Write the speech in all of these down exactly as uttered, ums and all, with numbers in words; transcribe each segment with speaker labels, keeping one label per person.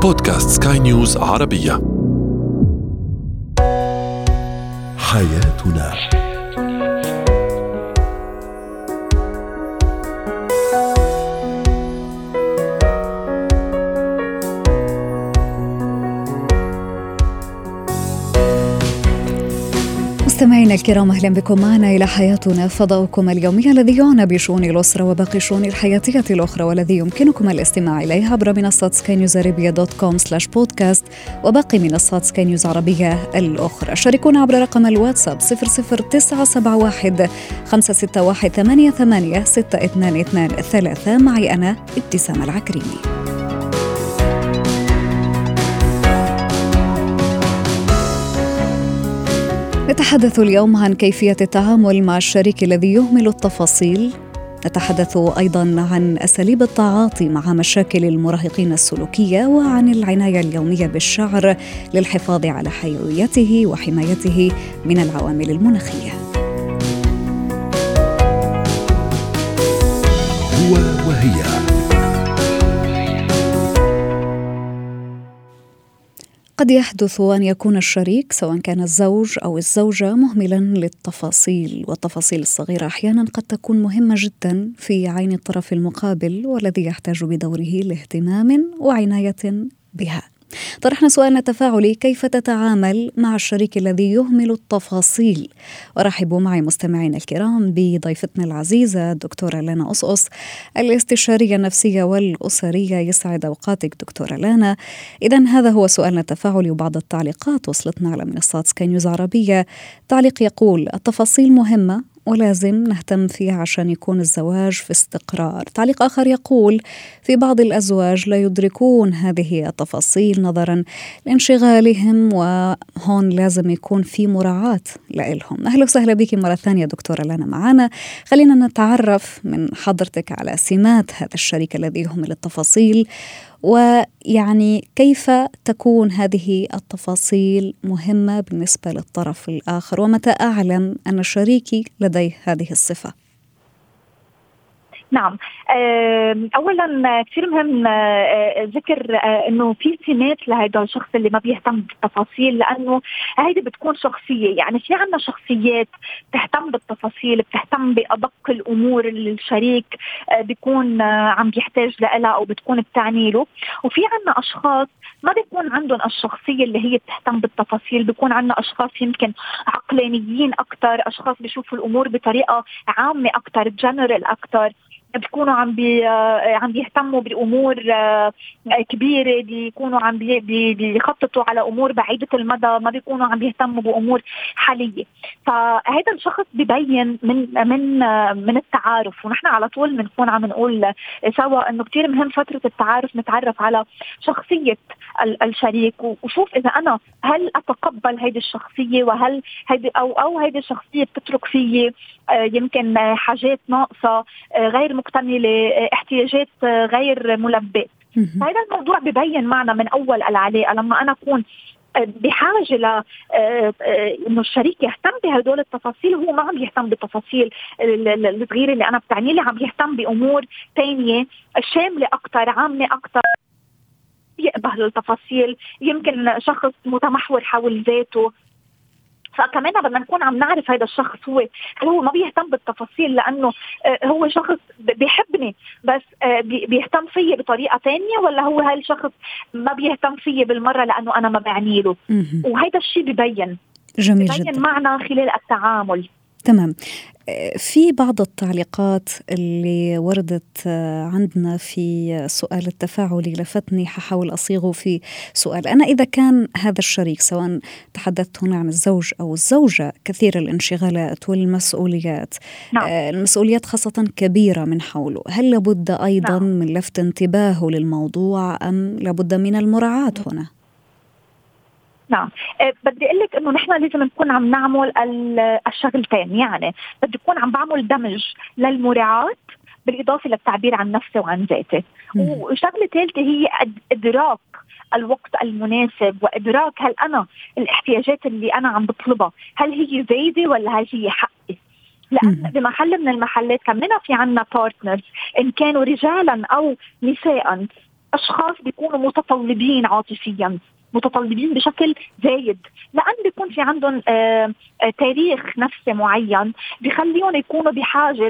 Speaker 1: بودكاست سكاي نيوز عربية. حياتنا.
Speaker 2: مستمعينا الكرام، أهلا بكم معنا إلى حياتنا، فضاؤكم اليومي الذي يعنى بشؤون الأسرة وباقي الشؤون الحياتية الأخرى، والذي يمكنكم الاستماع إليه عبر منصات سكاي نيوز عربية دوت كوم سلاش بودكاست وباقي منصات سكاي نيوز عربية الأخرى. شاركونا عبر رقم الواتساب صفر صفر تسعة سبعة واحد خمسة ستة واحد ثمانية ثمانية ستة اثنان اثنان ثلاثة. معي أنا ابتسام العكريمي. نتحدث اليوم عن كيفية التعامل مع الشريك الذي يهمل التفاصيل. نتحدث أيضاً عن أساليب التعاطي مع مشاكل المراهقين السلوكية، وعن العناية اليومية بالشعر للحفاظ على حيويته وحمايته من العوامل المناخية.
Speaker 1: هو وهي.
Speaker 2: قد يحدث أن يكون الشريك سواء كان الزوج أو الزوجة مهملاً للتفاصيل، والتفاصيل الصغيرة أحياناً قد تكون مهمة جداً في عين الطرف المقابل، والذي يحتاج بدوره لاهتمام وعناية بها. طرحنا سؤالنا التفاعلي: كيف تتعامل مع الشريك الذي يهمل التفاصيل؟ ورحبوا معي مستمعين الكرام بضيفتنا العزيزة دكتورة لانا أصأص، الاستشارية النفسية والأسرية. يسعد أوقاتك دكتورة لانا. إذن هذا هو سؤالنا التفاعلي، وبعض التعليقات وصلتنا على منصات سكاي نيوز عربية. تعليق يقول: التفاصيل مهمة ولازم نهتم فيها عشان يكون الزواج في استقرار. تعليق آخر يقول: في بعض الأزواج لا يدركون هذه التفاصيل نظرا لانشغالهم، وهون لازم يكون في مراعاة لهم. أهلا وسهلا بك مرة ثانية دكتورة لانا معنا. خلينا نتعرف من حضرتك على سمات هذا الشريك الذي يهمل التفاصيل، ويعني كيف تكون هذه التفاصيل مهمة بالنسبة للطرف الآخر، ومتى أعلم أن شريكي لديه هذه الصفة؟
Speaker 3: نعم، أولا كثير مهم ذكر أنه في سمات لهذا الشخص اللي ما بيهتم بالتفاصيل، لأنه هذه بتكون شخصية. يعني في عنا شخصيات بتهتم بالتفاصيل، بتهتم بأدق الأمور اللي الشريك بيكون عم بيحتاج لها أو بتكون بتعني له، وفي عنا أشخاص ما بيكون عندهم الشخصية اللي هي بتهتم بالتفاصيل. بيكون عنا أشخاص يمكن عقلانيين أكتر، أشخاص بيشوفوا الأمور بطريقة عامة أكتر، جنرال أكتر، بيكونوا عم بي عم بيهتموا بأمور كبيرة، بيكونوا عم بي بيخططوا على أمور بعيدة المدى، ما بيكونوا عم بيهتموا بأمور حالية. فهذا الشخص بيبين من من من التعارف، ونحن على طول بنكون عم نقول سوا إنه كتير مهم فترة التعارف نتعرف على شخصية الشريك، وشوف إذا أنا هل أتقبل هذه الشخصية، وهل هذه أو أو هذه الشخصية بتترك فيي يمكن حاجات ناقصة، غير مكتملة، احتياجات غير ملبية. هذا الموضوع ببين معنا من أول العلاقة. لما أنا أكون بحاجة ل إنه الشريك يهتم بهدول التفاصيل، هو ما عم يهتم بالتفاصيل الصغيرة اللي أنا بتعني لي، عم يهتم بأمور تانية شاملة أكتر، عامة أكتر، يقبل التفاصيل. يمكن شخص متمحور حول ذاته، فكمان بدنا نكون عم نعرف هذا الشخص هو هو ما بيهتم بالتفاصيل لأنه هو شخص بيحبني بس بيهتم فيه بطريقة تانية، ولا هو هاي الشخص ما بيهتم فيه بالمرة لأنه أنا ما بعني له. وهذا الشيء ببين
Speaker 2: جميل
Speaker 3: ببين
Speaker 2: جدا
Speaker 3: معنا خلال التعامل.
Speaker 2: تمام. في بعض التعليقات اللي وردت عندنا في سؤال التفاعلي لفتني، ححاول أصيغه في سؤال. أنا إذا كان هذا الشريك، سواء تحدثت هنا عن الزوج أو الزوجة، كثير الانشغالات والمسؤوليات، نعم. المسؤوليات خاصة كبيرة من حوله، هل لابد أيضا نعم. من لفت انتباهه للموضوع، أم لابد من المراعاة هنا؟
Speaker 3: نعم، أه بدي أقول لك إنه نحن لازم نكون عم نعمل الشغلتين. يعني بدي أكون عم بعمل دمج للمراعاة بالإضافة للتعبير عن نفسي وعن ذاتي. وشغلة ثالثة هي إدراك الوقت المناسب، وإدراك هل أنا الاحتياجات اللي أنا عم بطلبها هل هي زايدة ولا هل هي حقي. لأن بمحل من المحلات كمنا في عنا بارتنرز إن كانوا رجالا أو نساء أشخاص بيكونوا متطلبين عاطفيا، متطلبين بشكل زايد، لأن بيكون في عندهم آه آه تاريخ نفسي معين بيخليهم يكونوا بحاجة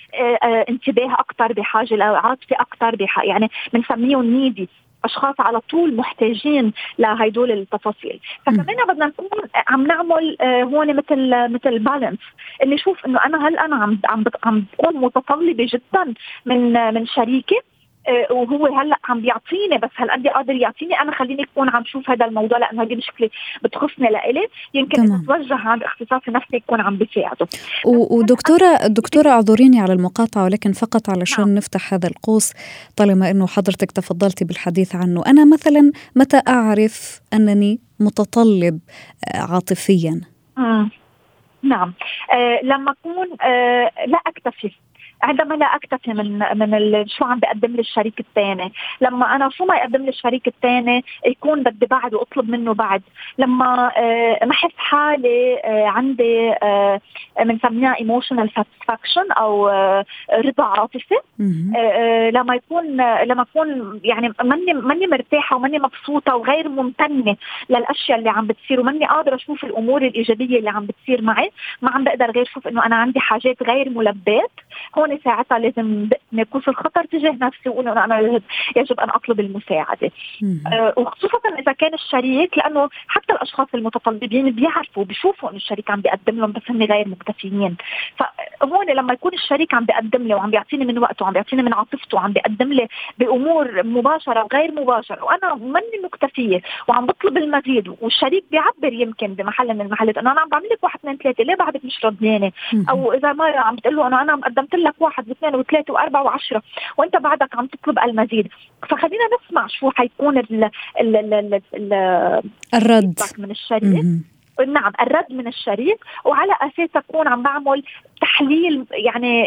Speaker 3: لانتباه أكتر، بحاجة لعاطفة أكتر، بح... يعني بنسميهم نيدي، أشخاص على طول محتاجين لهيدول التفاصيل. فكمان بدنا نكون عم نعمل آه هون مثل مثل بالانس، اللي شوف إنه أنا هل أنا عم عم عم بكون متطلبة جدا من آه من شريكي وهو هلا عم بيعطيني، بس هل قد قادر يعطيني؟ انا خليني اكون عم شوف هذا الموضوع لانه هذه مشكله بتخصني لإلي، يمكن اتوجه عند اختصاصي نفسي يكون عم بيساعده.
Speaker 2: ودكتوره دكتوره اعذريني على المقاطعه، ولكن فقط علشان نعم. نفتح هذا القوس، طالما انه حضرتك تفضلتي بالحديث عنه، انا مثلا متى اعرف انني متطلب عاطفيا؟
Speaker 3: مم. نعم آه لما اكون آه لا اكتفي، عندما لا اكتفي من من شو عم بقدم لي الشريك الثاني، لما انا شو ما يقدم لي الشريك الثاني يكون بدي بعد واطلب منه بعد، لما آه ما احس حالي آه عندي بنسميها آه ايموشنال ساتسفاكشن او آه رضا عاطفي، آه لما يكون آه لما اكون يعني ماني ماني مرتاحه وماني مبسوطه وغير ممتنه للاشياء اللي عم بتصير، وماني قادره اشوف الامور الايجابيه اللي عم بتصير معي، ما عم بقدر غير اشوف انه انا عندي حاجات غير ملبات، هون ساعتها لازم نكون في الخطر تجاه نفسي وأقول أنا, أنا يجب أن أطلب المساعدة. أه وخصوصا إذا كان الشريك، لأنه حتى الأشخاص المتطلبين بيعرفوا بيشوفوا أن الشريك عم بيقدم لهم بس هم غير مكتفيين، فهون لما يكون الشريك عم بيقدم لي وعم بيعطيني من وقته وعم بيعطيني من عاطفته وعم بيقدم لي بأمور مباشرة وغير مباشرة وأنا مني مكتفية وعم بطلب المزيد، والشريك بيعبر يمكن بمحل من المحلات أنه أنا عم بعمل لك واحد اثنين ثلاثة، ليه بعدك مش رضيانة؟ أو إذا ما عم بتقول له أنا أنا قدمت لك واحد واثنين وثلاثة وأربعة وعشرة وأنت بعدك عم تطلب المزيد، فخلينا نسمع شو حيكون ال ال ال ال
Speaker 2: الرد
Speaker 3: من الشريك. نعم الرد من الشريك، وعلى أساس أكون عم بعمل تحليل يعني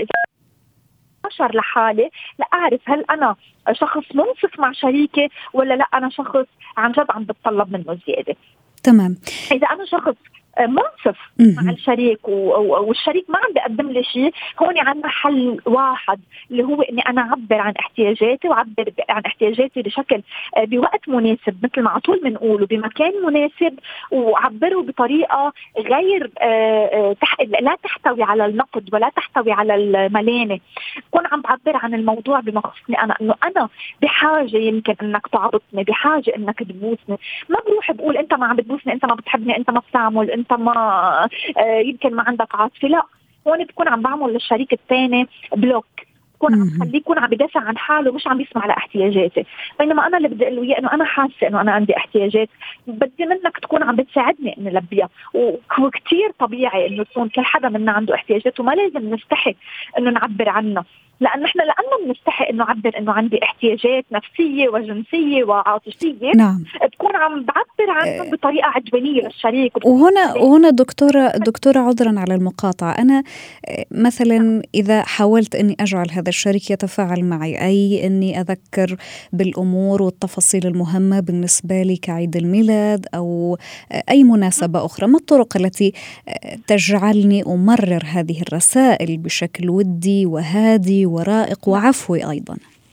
Speaker 3: أشر لحالي لأعرف هل أنا شخص منصف مع شريكي ولا لا أنا شخص عن جد عم بتطلب منه زيادة.
Speaker 2: تمام.
Speaker 3: إذا أنا شخص منصف مع الشريك والشريك ما عم بيقدم لي شيء، هون عندنا حل واحد اللي هو اني انا اعبر عن احتياجاتي واعبر عن احتياجاتي بشكل بوقت مناسب، مثل ما على طول بنقول، بمكان مناسب، وعبره بطريقه غير لا تحتوي على النقد ولا تحتوي على الملامه، كون عم بعبر عن الموضوع بما يخصني انا، انه انا بحاجه يمكن انك تعبطني، بحاجه انك تبوسني، ما بروح بقول انت ما عم بتبوسني، انت ما بتحبني، انت ما بتعمل، انت ما يمكن ما عندك عاطفه، لا، هون بكون عم بعمل للشريك الثاني بلوك، بكون عم خليه يكون عم بدافع عن حاله مش عم بيسمع لاحتياجاتي، بينما انا اللي بدي اقول له اياه انه انا حاسه انه انا عندي احتياجات بدي منك تكون عم بتساعدني اني البيها، وكثير طبيعي انه يكون كل حدا منا عنده احتياجات وما لازم نستحي انه نعبر عنها، لأن إحنا لأنه بنستحق إنه عبر إنه عندي احتياجات نفسية وجنسية وعاطفية،
Speaker 2: نعم،
Speaker 3: تكون عم بعبر عنهم بطريقة عجبانية للشريك.
Speaker 2: وهنا وهنا دكتورة دكتورة عذرا على المقاطعة، أنا مثلا إذا حاولت إني أجعل هذا الشريك يتفاعل معي، أي إني أذكر بالأمور والتفاصيل المهمة بالنسبة لي كعيد الميلاد أو أي مناسبة أخرى، ما الطرق التي تجعلني أمرر هذه الرسائل بشكل ودي وهادي ورائق وعفوي أيضا؟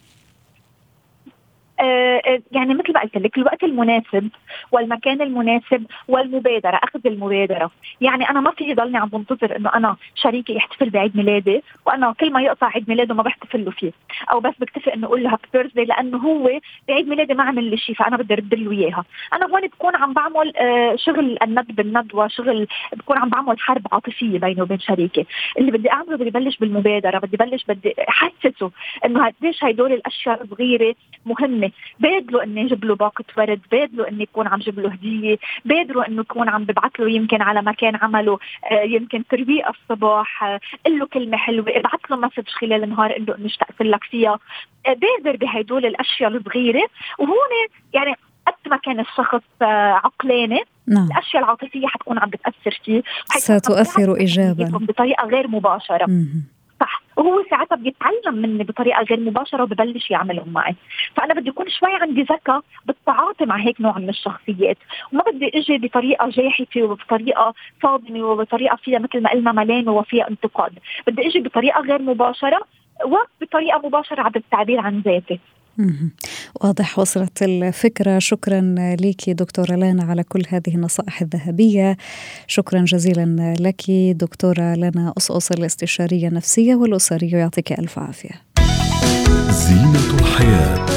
Speaker 3: آه يعني مثل ما قلت لك، الوقت المناسب والمكان المناسب والمبادرة، أخذ المبادرة، يعني أنا ما في ضلني عم بنتظر إنه أنا شريكي يحتفل بعيد ميلادي وأنا كل ما يقطع عيد ميلاده ما بحتفل له فيه، أو بس بكتفي إنه أقول له هابي بيرثدي لأنه هو بعيد ميلادي ما عمل لي شيء فأنا بدي أرد له إياها. أنا هون بكون عم بعمل آه شغل الند بالند، وشغل بكون عم بعمل حرب عاطفية بينه وبين شريكي. اللي بدي أعمله بدي بلش بالمبادرة، بدي بلش بدي أحسسه إنه قديش هيدول الأشياء الصغيرة مهمة، بادلوا اني اجيب له باقه ورد، بادلوا اني يكون عم جيب له هديه، بادلوا انه يكون عم ببعث له يمكن على مكان عمله آه يمكن ترويقه الصباح، آه قل له كلمه حلوه، ابعث له مسج خلال النهار قل له انه اشتقت لك فيها، آه بادر بهدول الاشياء الصغيره. وهون يعني قد ما كان الشخص آه عقلاني، نعم، الاشياء العاطفيه حتكون عم بتاثر فيه،
Speaker 2: ستؤثر ايجابا
Speaker 3: بطريقه غير مباشره. م- صح، وهو ساعتها بيتعلم مني بطريقه غير مباشره وببلش يعملهم معي. فانا بدي يكون شوي عندي ذكاء بالتعاطي مع هيك نوع من الشخصيات، وما بدي اجي بطريقه جاحفه وبطريقه صادمه وبطريقه فيها مثل ما قلنا ملامه وفيها انتقاد، بدي اجي بطريقه غير مباشره وبطريقه مباشره عبر التعبير عن ذاتي.
Speaker 2: واضح، وصلت الفكرة. شكرا لك دكتورة لانا على كل هذه النصائح الذهبية. شكرا جزيلا لك دكتورة لانا أصأص، الاستشارية النفسية والأسرية، يعطيك ألف عافية.
Speaker 1: زينة الحياة.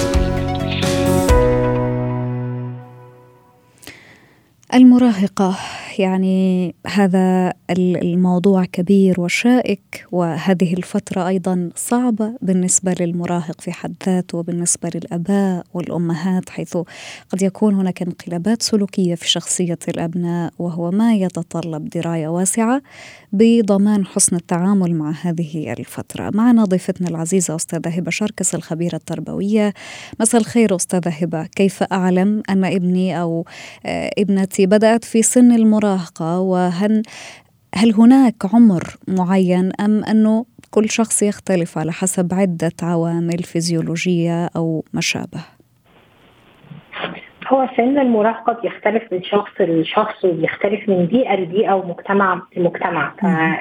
Speaker 2: المراهقة، يعني هذا الموضوع كبير وشائك، وهذه الفترة أيضا صعبة بالنسبة للمراهق في حد ذاته وبالنسبة للآباء والأمهات، حيث قد يكون هناك انقلابات سلوكية في شخصية الأبناء، وهو ما يتطلب دراية واسعة بضمان حسن التعامل مع هذه الفترة. معنا ضيفتنا العزيزة أستاذة هبة شركس، الخبيرة التربوية. مساء الخير أستاذة هبة. كيف أعلم أن ابني أو ابنتي بدأت في سن المراهقة، وهل هل هناك عمر معين أم أنه كل شخص يختلف على حسب عدة عوامل فيزيولوجية أو ما شابه؟
Speaker 4: هو سن المراهقة بيختلف من شخص لشخص، وبيختلف من بيئة لبيئة ومجتمع لمجتمع.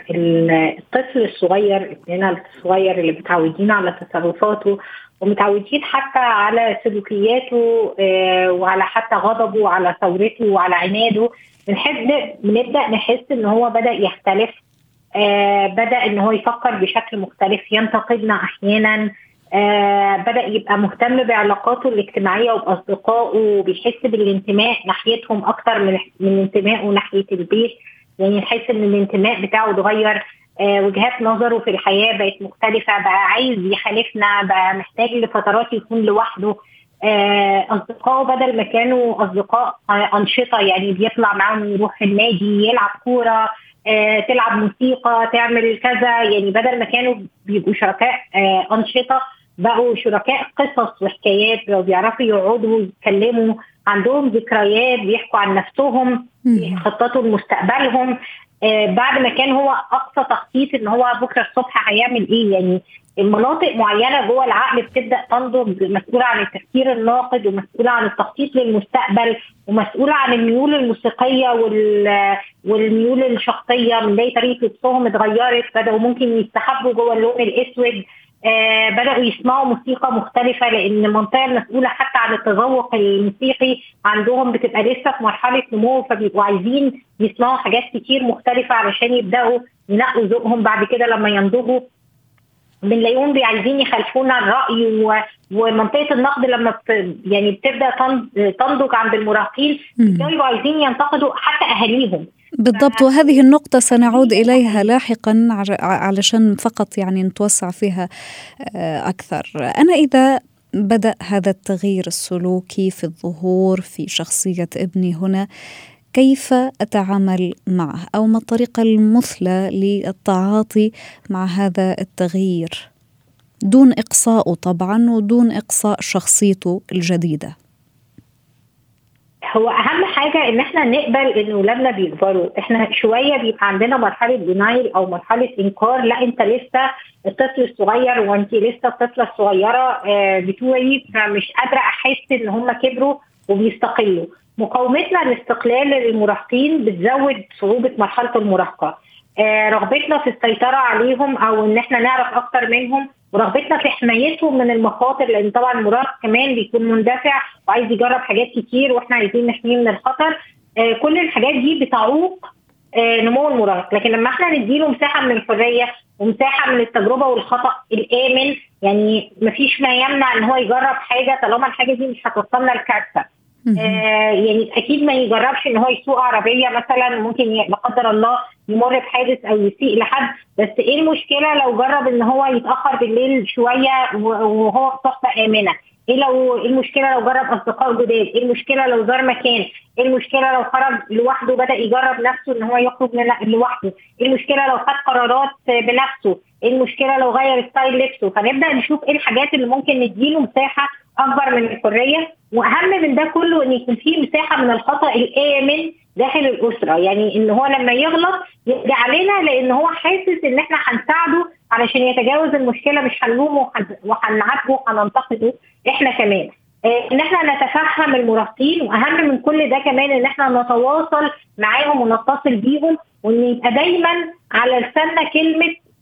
Speaker 4: فالطفل الصغير، ابننا الصغير اللي متعودين على تصرفاته ومتعودين حتى على سلوكياته وعلى حتى غضبه وعلى ثورته وعلى عناده، بنبدأ نحس ان هو بدأ يختلف، بدأ ان هو يفكر بشكل مختلف، ينتقدنا احيانا، بدأ يبقى مهتم بعلاقاته الاجتماعية وبأصدقائه، وبيحس بالانتماء ناحيتهم اكتر من من انتمائه ناحية البيت. يعني يحس ان الانتماء بتاعه اتغير، وجهات نظره في الحياة بقت مختلفة، بقى عايز يخالفنا، بقى محتاج لفترات يكون لوحده. أصدقائه بدل ما كانوا أصدقاء أنشطة، يعني بيطلع معهم يروح النادي، يلعب كورة، تلعب موسيقى، تعمل كذا، يعني بدل ما كانوا بيبقوا شركاء أنشطة بقوا شركاء قصص وحكايات، وبيعرفوا يقعدوا يتكلموا، عندهم ذكريات، بيحكوا عن نفسهم، بيخططوا لمستقبلهم. آه بعد ما كان هو أقصى تخطيط إن هو بكرة الصبح هيعمل إيه. يعني المناطق معينة جوه العقل بتبدأ تنضج، مسؤولة عن التفكير الناقد، ومسؤولة عن التخطيط للمستقبل، ومسؤولة عن الميول الموسيقية والميول الشخصية. من ده طريقة لبسهم اتغيرت، بدأوا ممكن يستحبوا جوه اللون الأسود، آه بدأوا يسمعوا موسيقى مختلفة، لأن المنطقة المسؤولة حتى عن التذوق الموسيقي عندهم بتبقى لسه في مرحلة نمو، فبيبقوا عايزين يسمعوا حاجات كتير مختلفة علشان يبدأوا ينقوا ذوقهم بعد كده لما ينضجوا. بنلاقيهم عايزين يخالفونا الرأي، ومنطقة النقد لما بت يعني بتبدأ تنضج عند المراهقين بيبقوا عايزين ينتقدوا حتى أهاليهم.
Speaker 2: بالضبط، وهذه النقطة سنعود إليها لاحقا علشان فقط يعني نتوسع فيها أكثر. أنا إذا بدأ هذا التغيير السلوكي في الظهور في شخصية ابني هنا، كيف أتعامل معه، أو ما الطريقة المثلى للتعاطي مع هذا التغيير دون إقصاءه طبعا ودون إقصاء شخصيته الجديدة؟
Speaker 4: هو أهم حاجة إن إحنا نقبل إن أولادنا بيكبروا. إحنا شوية بيبقى عندنا مرحلة دينايل أو مرحلة إنكار، لا أنت لسه الطفل الصغير وأنت لسه الطفلة الصغيرة بتوعي، فمش قادرة أحس إن هم كبروا وبيستقلوا. مقاومتنا لاستقلال المراهقين بتزود صعوبة مرحلة المراهقة، رغبتنا في السيطرة عليهم أو إن إحنا نعرف أكتر منهم، ورغبتنا في حمايتهم من المخاطر، لأن طبعا المراهق كمان بيكون مندفع وعايز يجرب حاجات كتير، وإحنا عايزين نحميه من الخطر. كل الحاجات دي بتعوق نمو المراهق. لكن لما إحنا نديله مساحة من الحرية ومساحة من التجربة والخطأ الآمن، يعني مفيش ما يمنع إن هو يجرب حاجة طالما الحاجة دي مش هتوصلنا لكارثة. آه يعني أكيد ما يجربش إن هو يسوق عربية مثلا، ممكن لا قدر الله يمر بحادث أو يسيء لحد، بس إيه المشكلة لو جرب إن هو يتأخر بالليل شوية وهو في صحبة آمنة؟ إيه لو إيه المشكلة لو جرب أصدقاء جداد؟ إيه المشكلة لو زار مكان؟ إيه المشكلة لو خرج لوحده بدأ يجرب نفسه إن هو يخرج لوحده؟ إيه المشكلة لو خد قرارات بنفسه؟ إيه المشكلة لو غير ستايل لبسه؟ فنبدأ نشوف إيه الحاجات اللي ممكن نديله مساحة أكبر من الحرية. وأهم من ده كله إن يكون فيه مساحة من الخطأ الآمن داخل الأسرة، يعني إن هو لما يغلط يرجع علينا لأن هو حاسس إن إحنا هنساعده علشان يتجاوز المشكلة، مش هنلومه وهنعاتبه وهننتقده إحنا كمان. إن إحنا نتفهم المراهقين، وأهم من كل ده كمان إن إحنا نتواصل معاهم ونتصل بيهم، وإن يبقى دايما على لساننا كلمة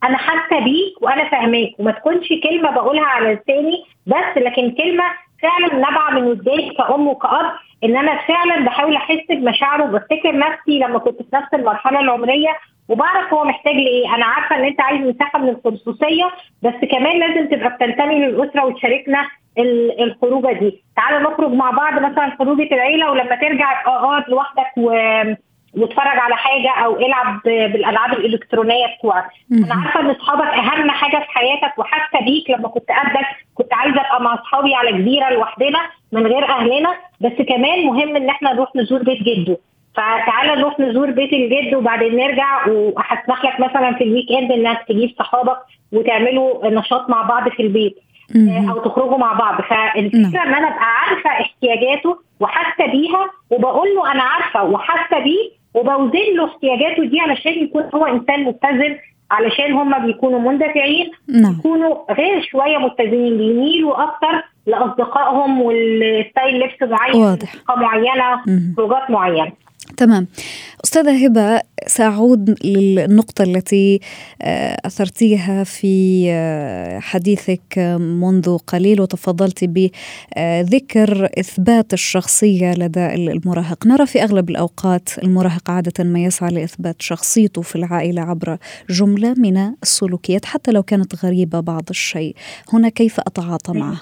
Speaker 4: انا حاسه بيك وانا فاهماك، وما تكونش كلمه بقولها على لساني بس، لكن كلمه فعلا نابعه من وجداني كأم وكأب، ان انا فعلا بحاول احس بمشاعره وبفتكر نفسي لما كنت في نفس المرحله العمريه، وبعرف هو محتاج لايه. انا عارفه ان انت عايز مساحه من الخصوصيه، بس كمان لازم تبقى بتنتمي للاسره وتشاركنا الخروجه دي. تعالوا نخرج مع بعض مثلا خروجه العيله، ولما ترجع اقعد لوحدك و واتفرج على حاجه او العب بالالعاب الالكترونيه بتوعك. انا عارفه ان اصحابك اهم حاجه في حياتك، وحاسه بيك لما كنت قدك كنت عايزه ابقى مع اصحابي على جزيره لوحدنا من غير اهلنا، بس كمان مهم ان احنا نروح نزور بيت جده، فتعالى نروح نزور بيت الجد وبعدين نرجع، وهسمح لك مثلا في الويك اند انك تجيب صحابك وتعملوا نشاط مع بعض في البيت او تخرجوا مع بعض. فالفكره ان انا ابقى عارفه احتياجاته وحاسه بيها، وبقول له انا عارفه وحاسه بيه، وبوزن له احتياجاته دي علشان يكون هو انسان متزن، علشان هم بيكونوا مندفعين، يكونوا غير شويه متزنين، بيميلوا اكتر لاصدقائهم والستايل لبس معين، موسيقى معينه، خروجات معينه.
Speaker 2: تمام. أستاذة هبة، سأعود للنقطة التي أثرتيها في حديثك منذ قليل، وتفضلت بذكر إثبات الشخصية لدى المراهق. نرى في أغلب الأوقات المراهق عادة ما يسعى لإثبات شخصيته في العائلة عبر جملة من السلوكيات حتى لو كانت غريبة بعض الشيء. هنا كيف أتعاطى معه؟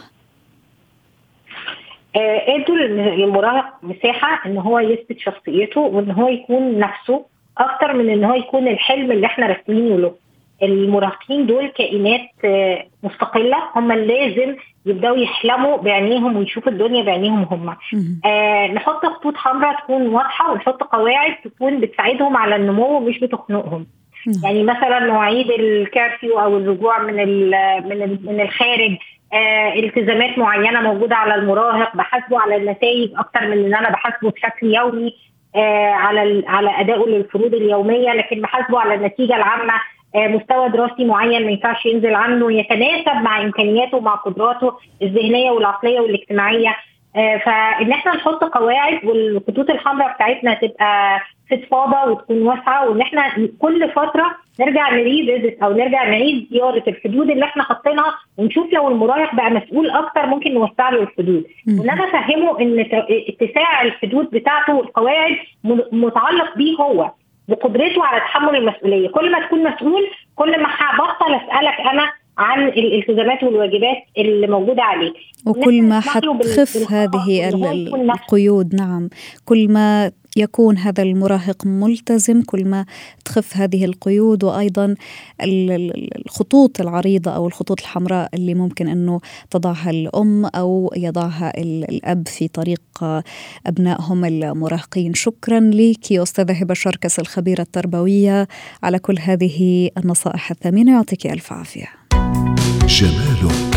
Speaker 4: ادوا للمراهق مساحه ان هو يثبت شخصيته، وان هو يكون نفسه اكتر من ان هو يكون الحلم اللي احنا راسمينه له. المراهقين دول كائنات مستقله، هم لازم يبداوا يحلموا بعينيهم ويشوفوا الدنيا بعينيهم هم. آه نحط خطوط حمراء تكون واضحه، ونحط قواعد تكون بتساعدهم على النمو مش بتخنقهم. يعني مثلا مواعيد الكارفيو او الرجوع من من من الخارج، آه، التزامات معينه موجوده على المراهق، بحاسبه على النتائج اكتر من ان انا بحاسبه بشكل يومي آه، على على ادائه للفروض اليوميه، لكن بحاسبه على النتيجه العامه. آه، مستوى دراسي معين ما ينفعش ينزل عنه، يتناسب مع امكانياته ومع قدراته الذهنيه والعقليه والاجتماعيه. آه، فان احنا نحط قواعد، والخطوط الحمراء بتاعتنا تبقى فضفاضه وتكون واسعه، وان احنا كل فتره نرجع نريد او نرجع نعيد زياره الحدود اللي احنا حاطينها، ونشوف لو المراهق بقى مسؤول اكتر ممكن نوسع له الحدود. وان انا افهمه ان اتساع الحدود بتاعته والقواعد متعلق بيه هو، بقدرته على تحمل المسؤوليه. كل ما تكون مسؤول كل ما هبطل اسالك انا عن الالتزامات والواجبات اللي موجوده عليك،
Speaker 2: وكل ما حتخف هذه القيود. نعم، كل ما يكون هذا المراهق ملتزم كل ما تخف هذه القيود، وأيضا الخطوط العريضة أو الخطوط الحمراء اللي ممكن أنه تضعها الأم أو يضعها الأب في طريق أبنائهم المراهقين. شكرا لك أستاذة هبة شركس الخبيرة التربوية على كل هذه النصائح الثمينة، يعطيك ألف عافية.
Speaker 1: جمالك.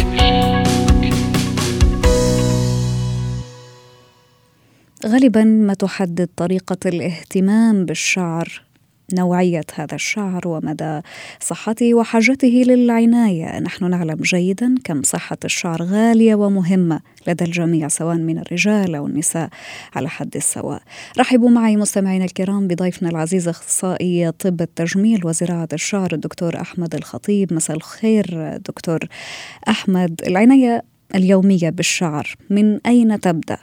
Speaker 2: غالبا ما تحدد طريقة الاهتمام بالشعر نوعية هذا الشعر ومدى صحته وحاجته للعناية. نحن نعلم جيدا كم صحة الشعر غالية ومهمة لدى الجميع سواء من الرجال أو النساء على حد السواء. رحبوا معي مستمعينا الكرام بضيفنا العزيز أخصائي طب التجميل وزراعة الشعر الدكتور أحمد الخطيب. مساء الخير دكتور أحمد. العناية اليومية بالشعر من أين تبدأ؟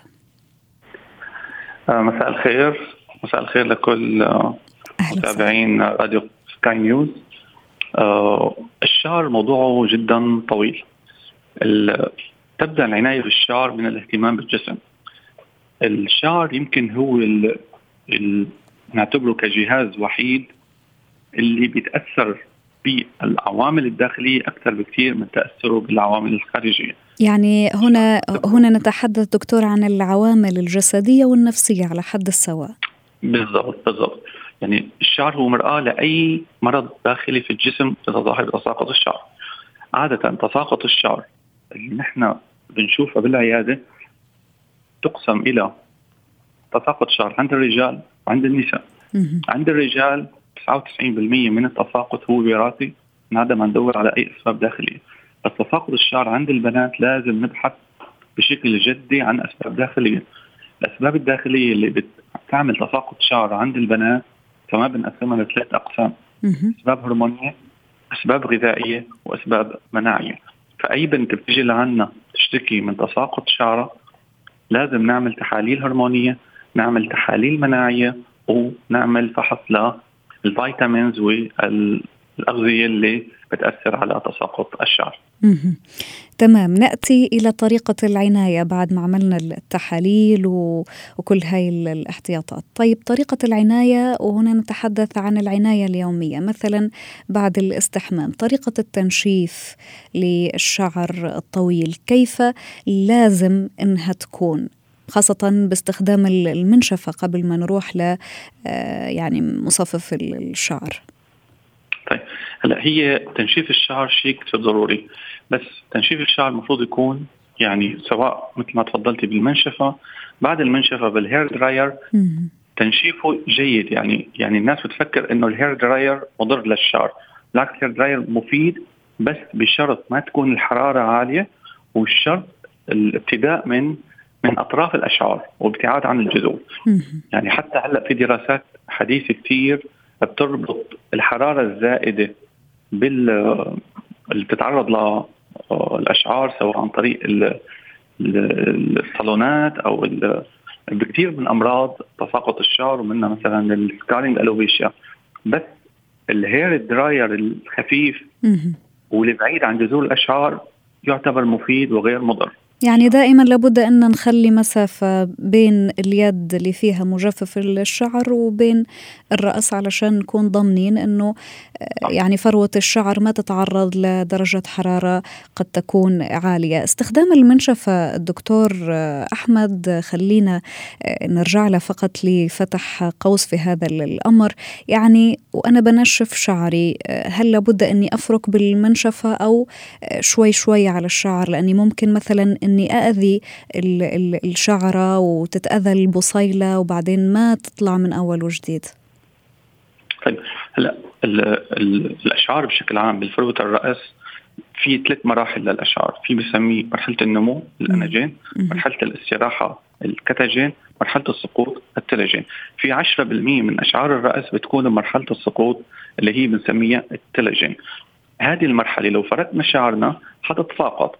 Speaker 5: مساء الخير. مساء الخير لكل متابعين راديو سكاي نيوز. آه الشعر موضوعه جدا طويل. تبدأ العناية بالشعر من الاهتمام بالجسم. الشعر يمكن هو ال ال نعتبره كجهاز وحيد اللي بيتأثر بالعوامل الداخلية أكثر بكثير من تأثره بالعوامل الخارجية.
Speaker 2: يعني هنا هنا نتحدث دكتور عن العوامل الجسدية والنفسية على حد السواء.
Speaker 5: بالضبط بالضبط. يعني الشعر هو مرآة لأي مرض داخلي في الجسم يتظاهر بتساقط الشعر. عادة تساقط الشعر اللي نحن بنشوفها بالعيادة تقسم إلى تساقط شعر عند الرجال وعند النساء. عند الرجال تسعة وتسعين بالمئة من التساقط هو وراثي، عدم ما ندور على أي أسباب داخلية. بس تساقط الشعر عند البنات لازم نبحث بشكل جدي عن أسباب داخلية. الأسباب الداخلية اللي بتعمل تساقط شعر عند البنات كمان بنقسمها لثلاث أقسام: أسباب هرمونية، أسباب غذائية وأسباب مناعية. فأي بنت بتجي لعنا تشتكي من تساقط شعرها لازم نعمل تحاليل هرمونية، نعمل تحاليل مناعية، ونعمل فحص للفيتامينز والأغذية اللي بتأثر على تساقط الشعر.
Speaker 2: مم. تمام. نأتي إلى طريقة العناية بعد ما عملنا التحاليل و... وكل هاي الاحتياطات. طيب طريقة العناية، وهنا نتحدث عن العناية اليومية، مثلا بعد الاستحمام طريقة التنشيف للشعر الطويل كيف لازم إنها تكون، خاصة باستخدام المنشفة قبل ما نروح ل يعني مصفف الشعر؟
Speaker 5: طيب هلا هي تنشيف الشعر شيء كتير ضروري، بس تنشيف الشعر المفروض يكون يعني سواء مثل ما تفضلتي بالمنشفة، بعد المنشفة بالهير دراير تنشيفه جيد. يعني يعني الناس بتفكر انه الهير دراير مضر للشعر، بالعكس الهير دراير مفيد، بس بشرط ما تكون الحرارة عالية، والشرط الابتداء من من أطراف الأشعار وابتعاد عن الجذور. يعني حتى هلا في دراسات حديثة كتير بتربط الحرارة الزائدة بال اللي بتتعرض للأشعار سواء عن طريق الصالونات أو بكثير من أمراض تساقط الشعر، ومنها مثلا السكارينج ألوبيشيا. بس الهير دراير الخفيف واللي بعيد عن جذور الأشعار يعتبر مفيد وغير مضر.
Speaker 2: يعني دائما لابد أن نخلي مسافة بين اليد اللي فيها مجفف الشعر وبين الرأس علشان نكون ضامنين أنه يعني فروة الشعر ما تتعرض لدرجة حرارة قد تكون عالية. استخدام المنشفة الدكتور أحمد، خلينا نرجع له فقط لفتح قوس في هذا الأمر. يعني وأنا بنشف شعري هل لابد أني أفرك بالمنشفة أو شوي شوي على الشعر؟ لأني ممكن مثلا أني أأذي الشعرة وتتأذى البصيلة وبعدين ما تطلع من أول وجديد.
Speaker 5: طيب هلا الأشعار بشكل عام بالفروة الرأس في ثلاث مراحل للأشعار. في بسميه مرحلة النمو الأناجين، مرحلة الاستراحة الكتاجين، مرحلة السقوط التلجين. في عشرة بالمئة من أشعار الرأس بتكون مرحلة السقوط اللي هي بنسميها التلجين. هذه المرحلة لو فرقنا شعرنا حتتساقط،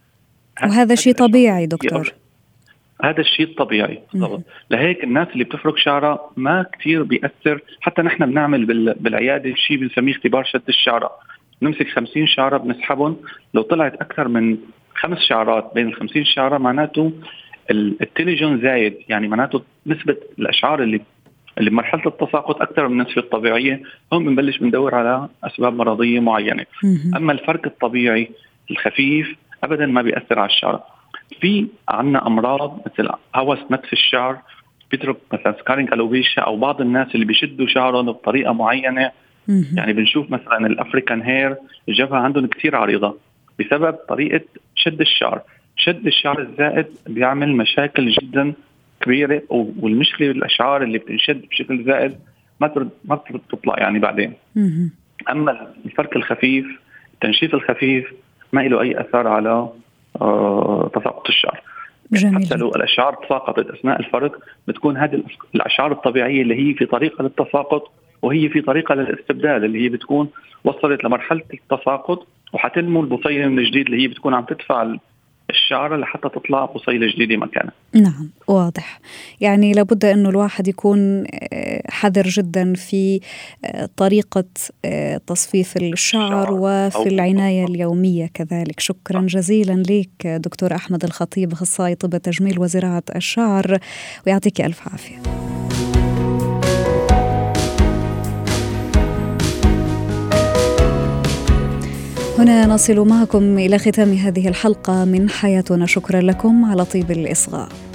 Speaker 2: وهذا شيء طبيعي دكتور.
Speaker 5: هذا الشيء الطبيعي بالضبط. لهيك الناس اللي بتفرك شعرها ما كتير بيأثر. حتى نحن بنعمل بالعيادة شيء بنسميه اختبار شد الشعرة. نمسك خمسين شعرة بنسحبهم، لو طلعت أكثر من خمس شعرات بين الخمسين شعرة معناته التليجون زايد، يعني معناته نسبة الأشعار اللي اللي بمرحلة التساقط أكثر من النسبة الطبيعية. هم بنبلش بندور على أسباب مرضية معينة. أما الفرق الطبيعي الخفيف أبدا ما بيأثر على الشعر. في عنا أمراض مثل هوس نتف الشعر بيترك مثلا سكارينج ألوبيشيا، أو بعض الناس اللي بيشدوا شعرهم بطريقة معينة. يعني بنشوف مثلا الأفريكان هير الجبهة عندهم كتير عريضة بسبب طريقة شد الشعر. شد الشعر الزائد بيعمل مشاكل جدا كبيرة، والمشكلة بالأشعار اللي بتنشد بشكل زائد ما ترد ما تطلع يعني بعدين. أما الفرق الخفيف، التنشيف الخفيف ما له أي أثر على آه تساقط الشعر.
Speaker 2: جميل.
Speaker 5: حتى لو الأشعار تساقطت أثناء الفرق بتكون هذه الأشعار الطبيعية اللي هي في طريقة للتساقط وهي في طريقة للاستبدال، اللي هي بتكون وصلت لمرحلة التساقط وحتنمو البصيلة من جديد اللي هي بتكون عم تدفع الشعر لحتى تطلع بصيلة جديدة مكانها.
Speaker 2: نعم واضح. يعني لابد أنه الواحد يكون حذر جدا في طريقة تصفيف الشعر وفي العناية اليومية كذلك. شكرا جزيلا لك دكتور أحمد الخطيب، أخصائي طب تجميل وزراعة الشعر، ويعطيك ألف عافية. هنا نصل معكم إلى ختام هذه الحلقة من حياتنا. شكرا لكم على طيب الإصغاء.